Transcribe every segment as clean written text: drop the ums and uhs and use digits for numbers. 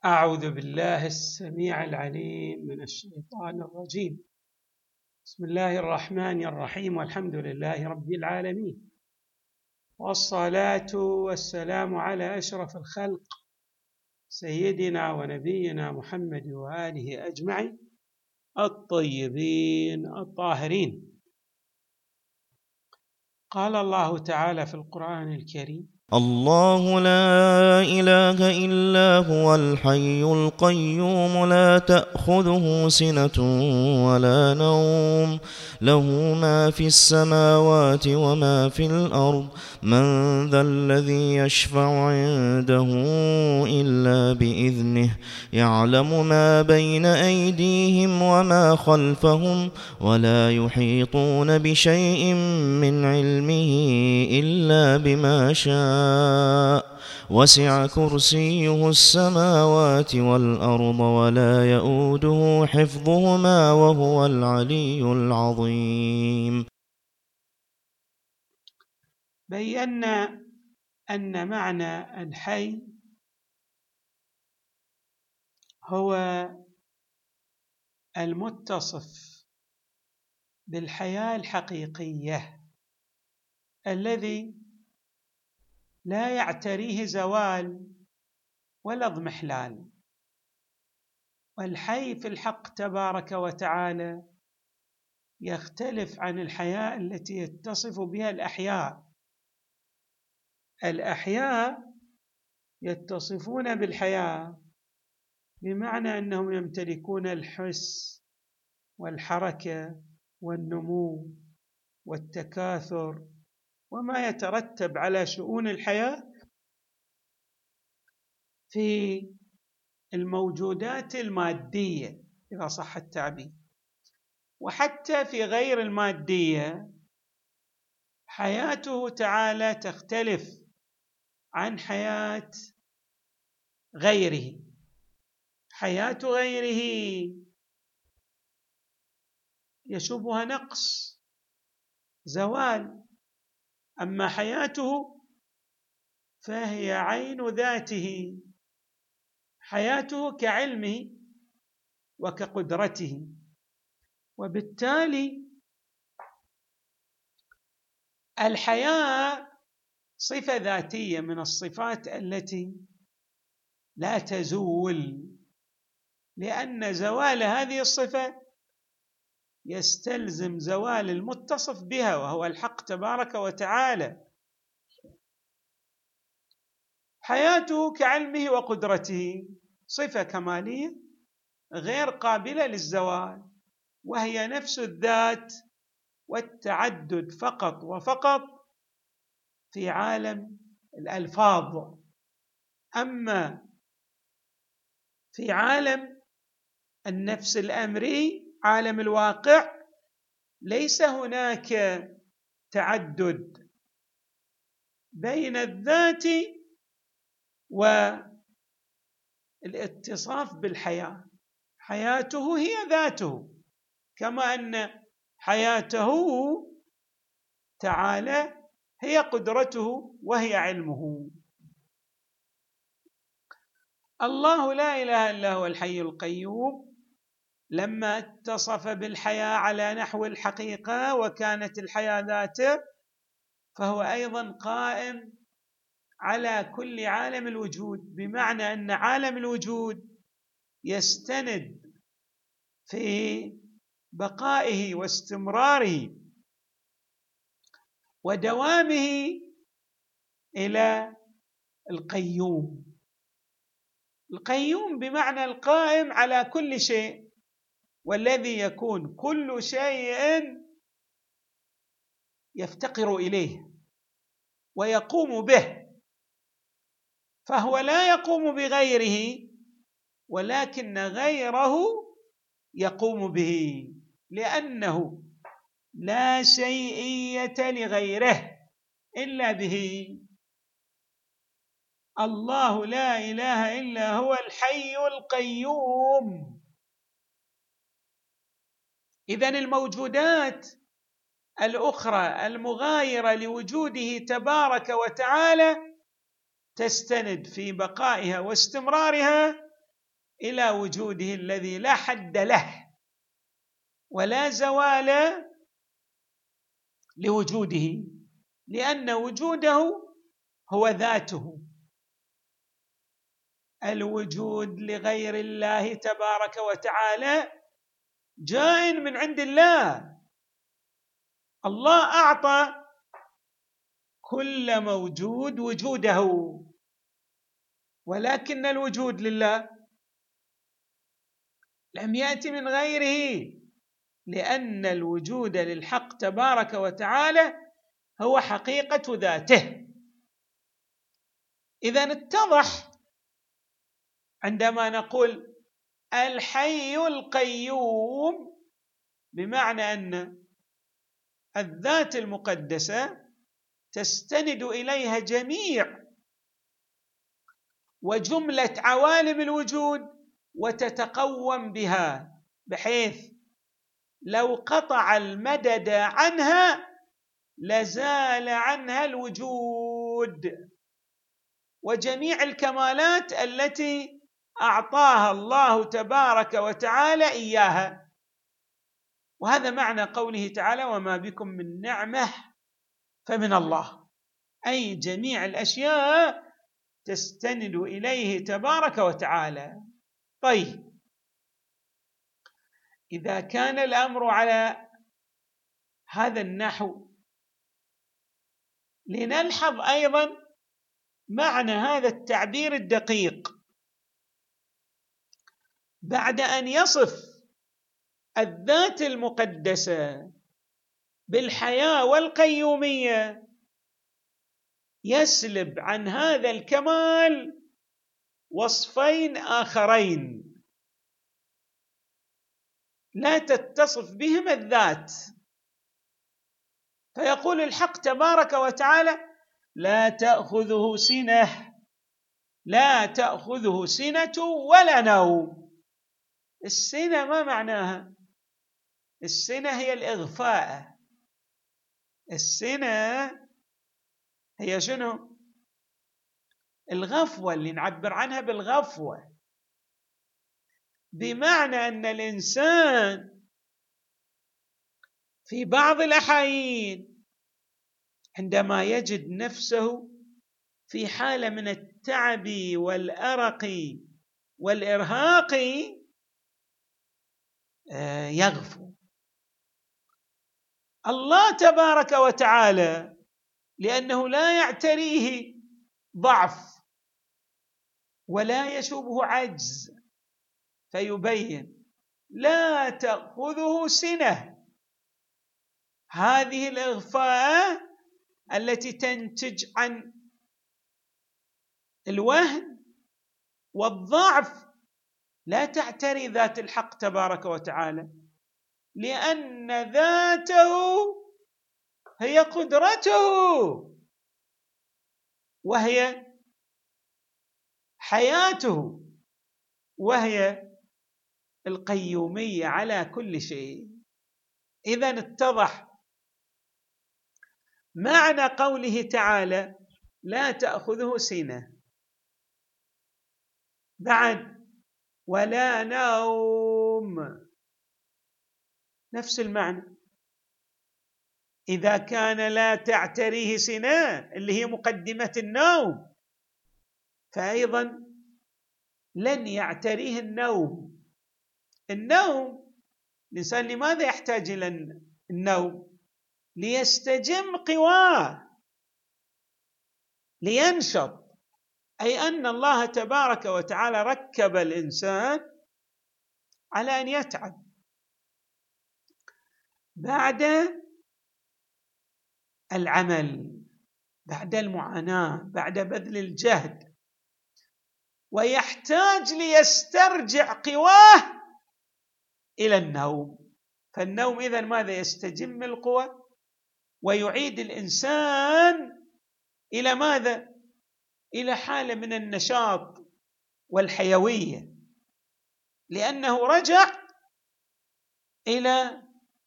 أعوذ بالله السميع العليم من الشيطان الرجيم. بسم الله الرحمن الرحيم، والحمد لله رب العالمين، والصلاة والسلام على أشرف الخلق سيدنا ونبينا محمد وآله أجمعين الطيبين الطاهرين. قال الله تعالى في القرآن الكريم: الله لا إله إلا هو الحي القيوم لا تأخذه سنة ولا نوم له ما في السماوات وما في الأرض من ذا الذي يشفع عنده إلا بإذنه يعلم ما بين أيديهم وما خلفهم ولا يحيطون بشيء من علمه إلا بما شاء وسع كرسيه السماوات والأرض ولا يؤوده حفظهما وهو العلي العظيم. بينا أن معنى الحي هو المتصف بالحياة الحقيقية الذي لا يعتريه زوال ولا اضمحلال. والحي في الحق تبارك وتعالى يختلف عن الحياة التي يتصف بها الأحياء. الأحياء يتصفون بالحياة بمعنى أنهم يمتلكون الحس والحركة والنمو والتكاثر وما يترتب على شؤون الحياة في الموجودات المادية إذا صح التعبير، وحتى في غير المادية حياته تعالى تختلف عن حياة غيره. حياة غيره يشوبها نقص زوال، أما حياته فهي عين ذاته، حياته كعلمه وكقدرته. وبالتالي الحياة صفة ذاتية من الصفات التي لا تزول، لأن زوال هذه الصفة يستلزم زوال المتصف بها وهو الحق تبارك وتعالى. حياته كعلمه وقدرته صفة كمالية غير قابلة للزوال، وهي نفس الذات والتعدد فقط وفقط في عالم الألفاظ. أما في عالم النفس الأمري، عالم الواقع، ليس هناك تعدد بين الذات والاتصاف بالحياة. حياته هي ذاته، كما أن حياته تعالى هي قدرته وهي علمه. الله لا إله إلا هو الحي القيوم لما اتصف بالحياة على نحو الحقيقة وكانت الحياة ذاته، فهو أيضا قائم على كل عالم الوجود، بمعنى أن عالم الوجود يستند في بقائه واستمراره ودوامه إلى القيوم. القيوم بمعنى القائم على كل شيء، والذي يكون كل شيء يفتقر إليه ويقوم به، فهو لا يقوم بغيره ولكن غيره يقوم به، لأنه لا شيئية لغيره إلا به. الله لا إله إلا هو الحي القيوم. إذن الموجودات الأخرى المغايرة لوجوده تبارك وتعالى تستند في بقائها واستمرارها إلى وجوده الذي لا حد له ولا زوال لوجوده، لأن وجوده هو ذاته. الوجود لغير الله تبارك وتعالى جاء من عند الله. الله أعطى كل موجود وجوده، ولكن الوجود لله لم يأتي من غيره، لأن الوجود للحق تبارك وتعالى هو حقيقة ذاته. إذن اتضح عندما نقول الحي القيوم، بمعنى أن الذات المقدسة تستند إليها جميع وجملة عوالم الوجود وتتقوم بها، بحيث لو قطع المدد عنها لزال عنها الوجود وجميع الكمالات التي أعطاها الله تبارك وتعالى إياها. وهذا معنى قوله تعالى: وما بكم من نعمة فمن الله، أي جميع الأشياء تستند إليه تبارك وتعالى. طيب، إذا كان الأمر على هذا النحو، لنلحظ أيضا معنى هذا التعبير الدقيق. بعد أن يصف الذات المقدسة بالحياة والقيومية، يسلب عن هذا الكمال وصفين آخرين لا تتصف بهما الذات، فيقول الحق تبارك وتعالى: لا تأخذه سنة، لا تأخذه سنة ولا نوم. السنة ما معناها؟ السنة هي الإغفاء. السنة هي شنو؟ الغفوة، اللي نعبر عنها بالغفوة، بمعنى أن الإنسان في بعض الأحايين عندما يجد نفسه في حالة من التعب والأرق والإرهاق يغفو. الله تبارك وتعالى لأنه لا يعتريه ضعف ولا يشوبه عجز، فيبين: لا تأخذه سنة. هذه الإغفاء التي تنتج عن الوهن والضعف لا تعتري ذات الحق تبارك وتعالى، لأن ذاته هي قدرته وهي حياته وهي القيومية على كل شيء. إذن اتضح معنى قوله تعالى: لا تأخذه سنة، بعد ولا نوم، نفس المعنى. إذا كان لا تعتريه سنة اللي هي مقدمة النوم، فأيضا لن يعتريه النوم. النوم، الإنسان لماذا يحتاج إلى النوم؟ ليستجم قواه، لينشط. أي أن الله تبارك وتعالى ركب الإنسان على أن يتعب بعد العمل، بعد المعاناة، بعد بذل الجهد، ويحتاج ليسترجع قواه إلى النوم. فالنوم إذن ماذا؟ يستجم القوى ويعيد الإنسان إلى ماذا؟ إلى حالة من النشاط والحيوية، لأنه رجع إلى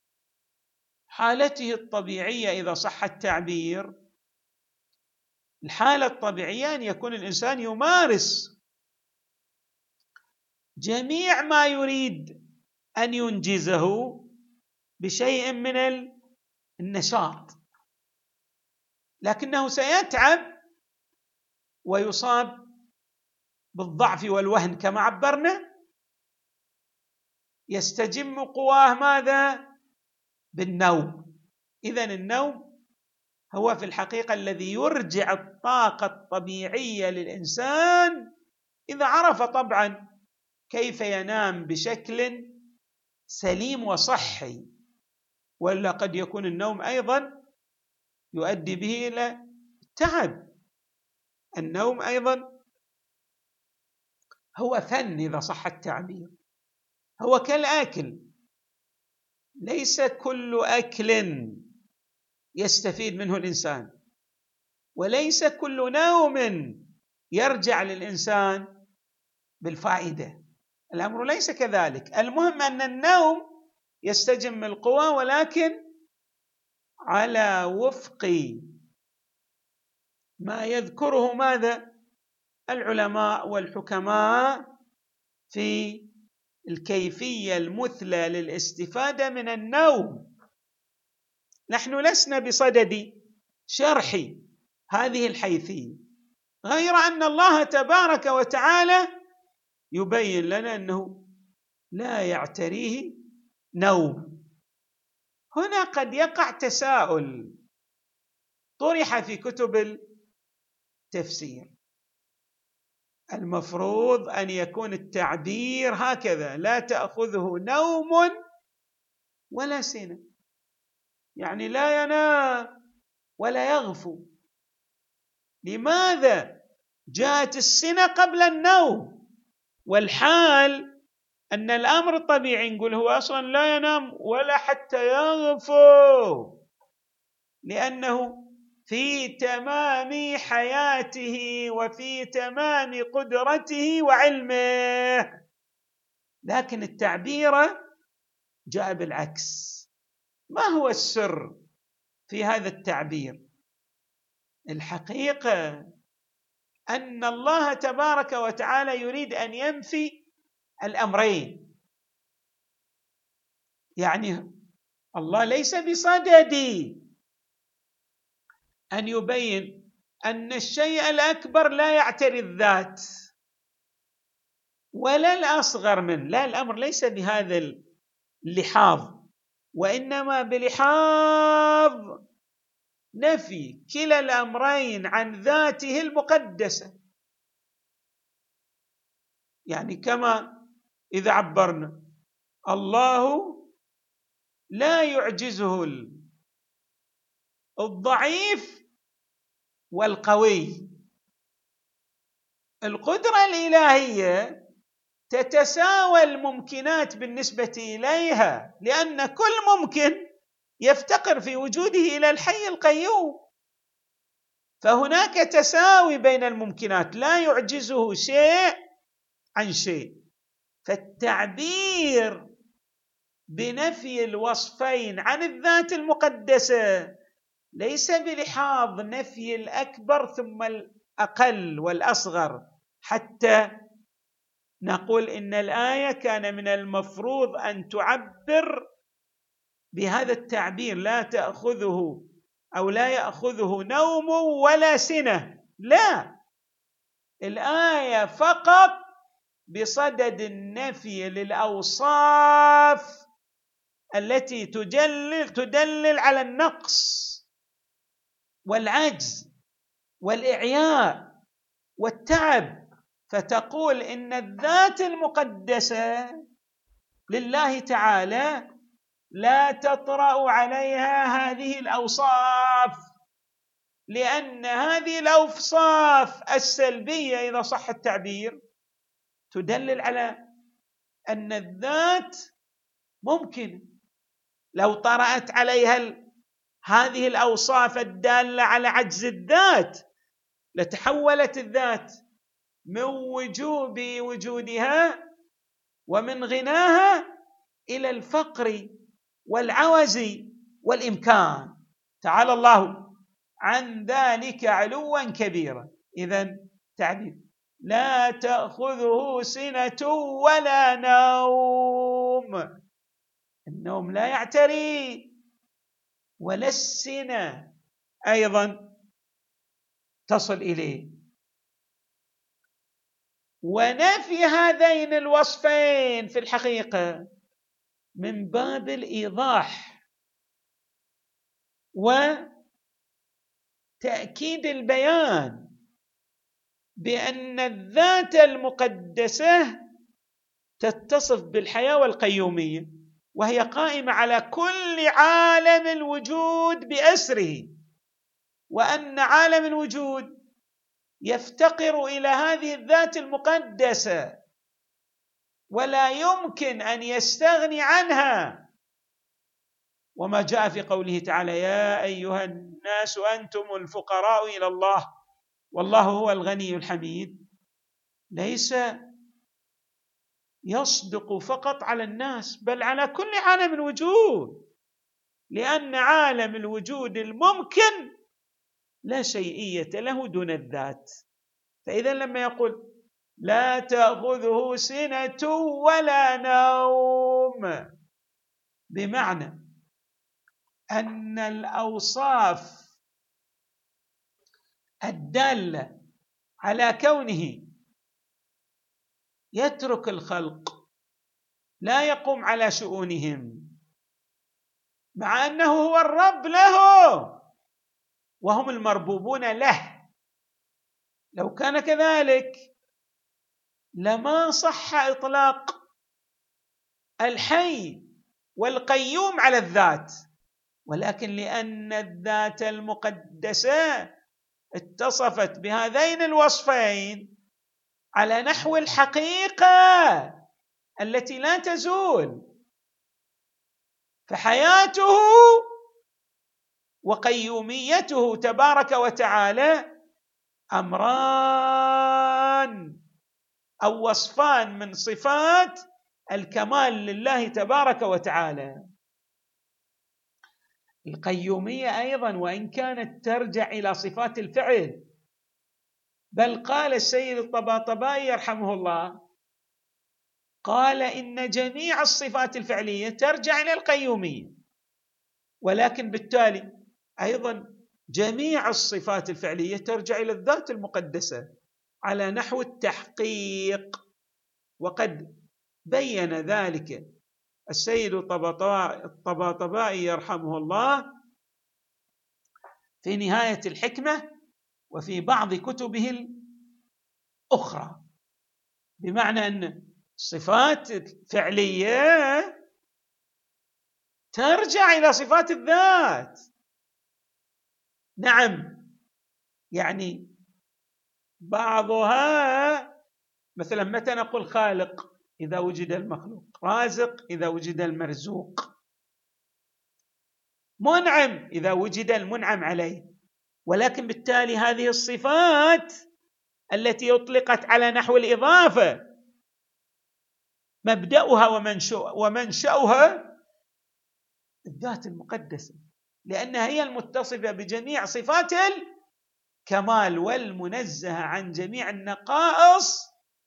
حالته الطبيعية إذا صح التعبير. الحالة الطبيعية أن يكون الإنسان يمارس جميع ما يريد أن ينجزه بشيء من النشاط، لكنه سيتعب ويصاب بالضعف والوهن كما عبرنا. يستجم قواه ماذا؟ بالنوم. إذن النوم هو في الحقيقة الذي يرجع الطاقة الطبيعية للإنسان، إذا عرف طبعا كيف ينام بشكل سليم وصحي، ولا قد يكون النوم أيضا يؤدي به إلى التعب. النوم أيضا هو فن إذا صح التعبير، هو كالآكل، ليس كل أكل يستفيد منه الإنسان، وليس كل نوم يرجع للإنسان بالفائدة. الأمر ليس كذلك. المهم أن النوم يستجم القوى، ولكن على وفق ما يذكره ماذا؟ العلماء والحكماء في الكيفية المثلى للاستفادة من النوم. نحن لسنا بصدد شرح هذه الحيثية، غير أن الله تبارك وتعالى يبين لنا أنه لا يعتريه نوم. هنا قد يقع تساؤل طرح في كتب التفسير، المفروض أن يكون التعبير هكذا: لا تأخذه نوم ولا سنة، يعني لا ينام ولا يغفو. لماذا جاءت السنة قبل النوم؟ والحال أن الأمر الطبيعي نقول هو أصلا لا ينام ولا حتى يغفو، لأنه في تمام حياته وفي تمام قدرته وعلمه. لكن التعبير جاء بالعكس. ما هو السر في هذا التعبير؟ الحقيقة أن الله تبارك وتعالى يريد أن ينفي الأمرين. يعني الله ليس بصدد أن يبين أن الشيء الأكبر لا يعتري الذات ولا الأصغر منه، لا، الأمر ليس بهذا اللحاظ، وإنما بلحاظ نفي كلا الأمرين عن ذاته المقدسة. يعني كما إذا عبرنا الله لا يعجزه الضعيف والقوي. القدرة الإلهية تتساوى الممكنات بالنسبة إليها، لأن كل ممكن يفتقر في وجوده إلى الحي القيوم، فهناك تساوي بين الممكنات، لا يعجزه شيء عن شيء. فالتعبير بنفي الوصفين عن الذات المقدسة ليس بلحاظ نفي الأكبر ثم الأقل والأصغر، حتى نقول إن الآية كان من المفروض أن تعبر بهذا التعبير: لا تأخذه أو لا يأخذه نوم ولا سنة. لا، الآية فقط بصدد النفي للأوصاف التي تدلل على النقص والعجز والإعياء والتعب، فتقول إن الذات المقدسة لله تعالى لا تطرأ عليها هذه الأوصاف، لأن هذه الأوصاف السلبية إذا صح التعبير تدلل على أن الذات ممكن لو طرأت عليها هذه الأوصاف الدالة على عجز الذات لتحولت الذات من وجوب وجودها ومن غناها إلى الفقر والعوز والإمكان، تعالى الله عن ذلك علوا كبيرا. إذن تعبير لا تأخذه سنة ولا نوم. النوم لا يعتري، ولا السنة أيضا تصل إليه. ونفي هذين الوصفين في الحقيقة من باب الإيضاح وتأكيد البيان بأن الذات المقدسة تتصف بالحياة والقيومية، وهي قائمة على كل عالم الوجود بأسره، وأن عالم الوجود يفتقر إلى هذه الذات المقدسة ولا يمكن أن يستغني عنها. وما جاء في قوله تعالى: يا أيها الناس أنتم الفقراء إلى الله والله هو الغني الحميد، ليس يصدق فقط على الناس بل على كل عالم الوجود، لأن عالم الوجود الممكن لا شيئية له دون الذات. فإذا لما يقول لا تأخذه سنة ولا نوم، بمعنى أن الأوصاف الدالة على كونه يترك الخلق لا يقوم على شؤونهم، مع أنه هو الرب له وهم المربوبون له. لو كان كذلك لما صح إطلاق الحي والقيوم على الذات، ولكن لأن الذات المقدسة اتصفت بهذين الوصفين على نحو الحقيقة التي لا تزول، فحياته وقيوميته تبارك وتعالى أمران أو وصفان من صفات الكمال لله تبارك وتعالى. القيومية أيضا وإن كانت ترجع إلى صفات الفعل، بل قال السيد الطباطبائي يرحمه الله، قال إن جميع الصفات الفعلية ترجع إلى القيومية، ولكن بالتالي أيضا جميع الصفات الفعلية ترجع إلى الذات المقدسة على نحو التحقيق. وقد بين ذلك السيد الطباطبائي يرحمه الله في نهاية الحكمة وفي بعض كتبه الأخرى، بمعنى أن الصفات الفعلية ترجع إلى صفات الذات. نعم، يعني بعضها مثلا متى نقول خالق؟ إذا وجد المخلوق. رازق إذا وجد المرزوق. منعم إذا وجد المنعم عليه. ولكن بالتالي هذه الصفات التي أطلقت على نحو الإضافة مبدأها ومنشأها الذات المقدسة، لأنها هي المتصفة بجميع صفات الكمال والمنزهة عن جميع النقائص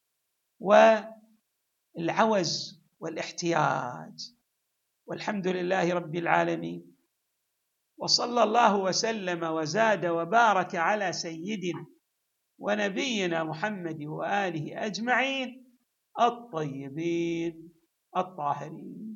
والعوز والاحتياج. والحمد لله رب العالمين، وصلى الله وسلم وزاد وبارك على سيدنا ونبينا محمد وآله أجمعين الطيبين الطاهرين.